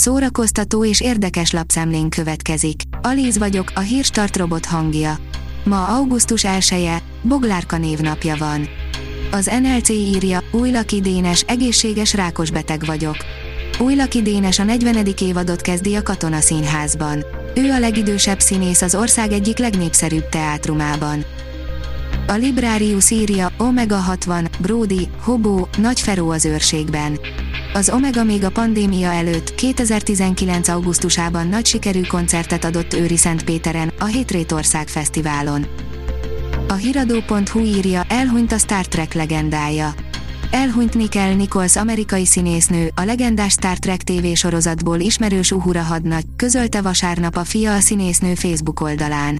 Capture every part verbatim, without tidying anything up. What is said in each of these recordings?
szórakoztató és érdekes lapszemlén következik. Alíz vagyok, a Hírstart robot hangja. Ma augusztus elseje, Boglárka névnapja van. Az en el cé írja, Újlaki Dénes, egészséges rákosbeteg vagyok. Újlaki Dénes a negyvenedik évadot kezdi a Katona Színházban. Ő a legidősebb színész az ország egyik legnépszerűbb teátrumában. A Librarius írja, Omega hatvan, Brody, Hobó, Nagy Feró az őrségben. Az Omega még a pandémia előtt, kétezer-tizenkilenc. augusztusában nagy sikerű koncertet adott Őri-Szentpéteren, a Hétrétország Fesztiválon. A hiradó pont hu írja, elhunyt a Star Trek legendája. Elhunyt Nichelle Nichols amerikai színésznő, a legendás Star Trek tévésorozatból ismerős Uhura hadnagy, közölte vasárnap a fia a színésznő Facebook oldalán.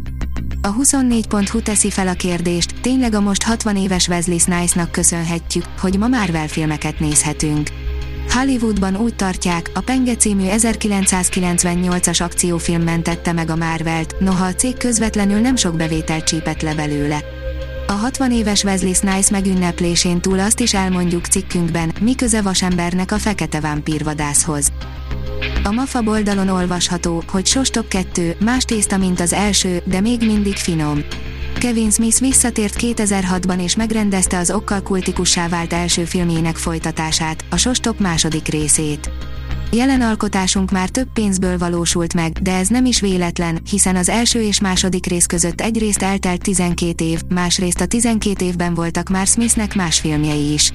A huszonnégy pont hu teszi fel a kérdést, tényleg a most hatvan éves Wesley Snipesnak köszönhetjük, hogy ma Marvel filmeket nézhetünk. Hollywoodban úgy tartják, a Penge című ezerkilencszázkilencvennyolcas akciófilm mentette meg a Marvelt, noha a cég közvetlenül nem sok bevételt csípett le belőle. A hatvan éves Wesley Snipes megünneplésén túl azt is elmondjuk cikkünkben, mi köze vasembernek a fekete vámpírvadászhoz. A Mafab oldalon olvasható, hogy Sostop kettő, más tészta, mint az első, de még mindig finom. Kevin Smith visszatért kétezer-hatban és megrendezte az okkal kultikussá vált első filmjének folytatását, a Sostop második részét. Jelen alkotásunk már több pénzből valósult meg, de ez nem is véletlen, hiszen az első és második rész között egyrészt eltelt tizenkét év, másrészt a tizenkét évben voltak már Smithnek más filmjei is.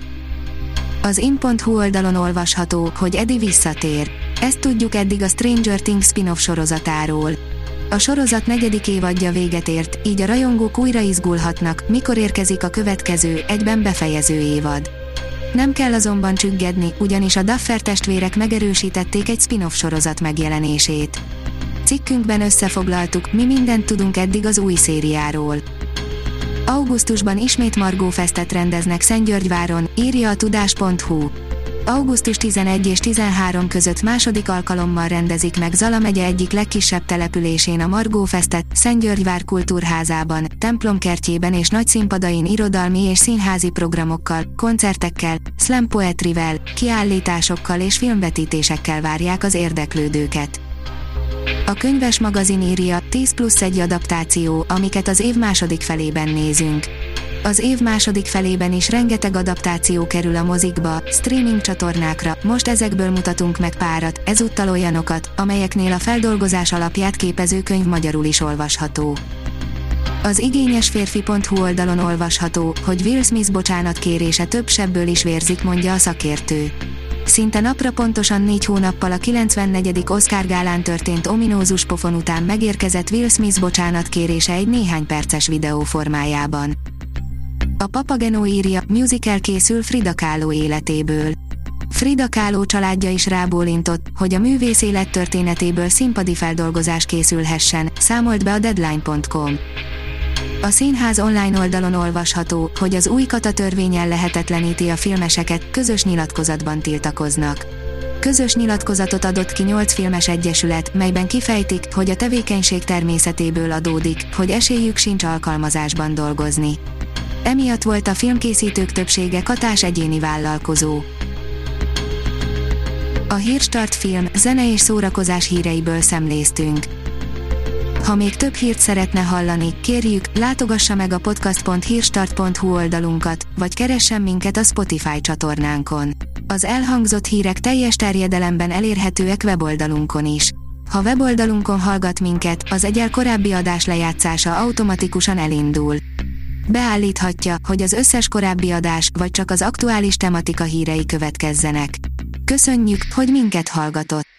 Az in pont hu oldalon olvasható, hogy Eddie visszatér. Ezt tudjuk eddig a Stranger Things spin-off sorozatáról. A sorozat negyedik évadja véget ért, így a rajongók újra izgulhatnak, mikor érkezik a következő, egyben befejező évad. Nem kell azonban csüggedni, ugyanis a Duffer testvérek megerősítették egy spin-off sorozat megjelenését. Cikkünkben összefoglaltuk, mi mindent tudunk eddig az új szériáról. Augusztusban ismét Margó Festet rendeznek Szentgyörgyváron, írja a tudás pont hu. augusztus tizenegy és tizenhárom között második alkalommal rendezik meg Zala megye egyik legkisebb településén a Margó Festet, Szentgyörgyvár kultúrházában, templomkertjében és nagyszínpadain irodalmi és színházi programokkal, koncertekkel, slam poetryvel, kiállításokkal és filmvetítésekkel várják az érdeklődőket. A Könyves magazin írja, tíz plusz egy adaptáció, amiket az év második felében nézünk. Az év második felében is rengeteg adaptáció kerül a mozikba, streaming csatornákra, most ezekből mutatunk meg párat, ezúttal olyanokat, amelyeknél a feldolgozás alapját képező könyv magyarul is olvasható. Az igényes férfi pont hu oldalon olvasható, hogy Will Smith bocsánatkérése több sebből is vérzik, mondja a szakértő. Szinte napra pontosan négy hónappal a kilencvennegyedik Oscar gálán történt ominózus pofon után megérkezett Will Smith bocsánatkérése egy néhány perces videó formájában. A Papageno írja, musical készül Frida Kahlo életéből. Frida Kahlo családja is rábólintott, hogy a művész élettörténetéből színpadi feldolgozás készülhessen, számolt be a deadline pont com. A színház online oldalon olvasható, hogy az új Kata törvény ellehetetleníti a filmeseket, közös nyilatkozatban tiltakoznak. Közös nyilatkozatot adott ki nyolc filmes egyesület, melyben kifejtik, hogy a tevékenység természetéből adódik, hogy esélyük sincs alkalmazásban dolgozni. Emiatt volt a filmkészítők többsége Katás egyéni vállalkozó. A Hírstart film, zene és szórakozás híreiből szemléztünk. Ha még több hírt szeretne hallani, kérjük, látogassa meg a podcast pont hírstart pont hu oldalunkat, vagy keressen minket a Spotify csatornánkon. Az elhangzott hírek teljes terjedelemben elérhetőek weboldalunkon is. Ha weboldalunkon hallgat minket, az egyel korábbi adás lejátszása automatikusan elindul. Beállíthatja, hogy az összes korábbi adás, vagy csak az aktuális tematika hírei következzenek. Köszönjük, hogy minket hallgatott!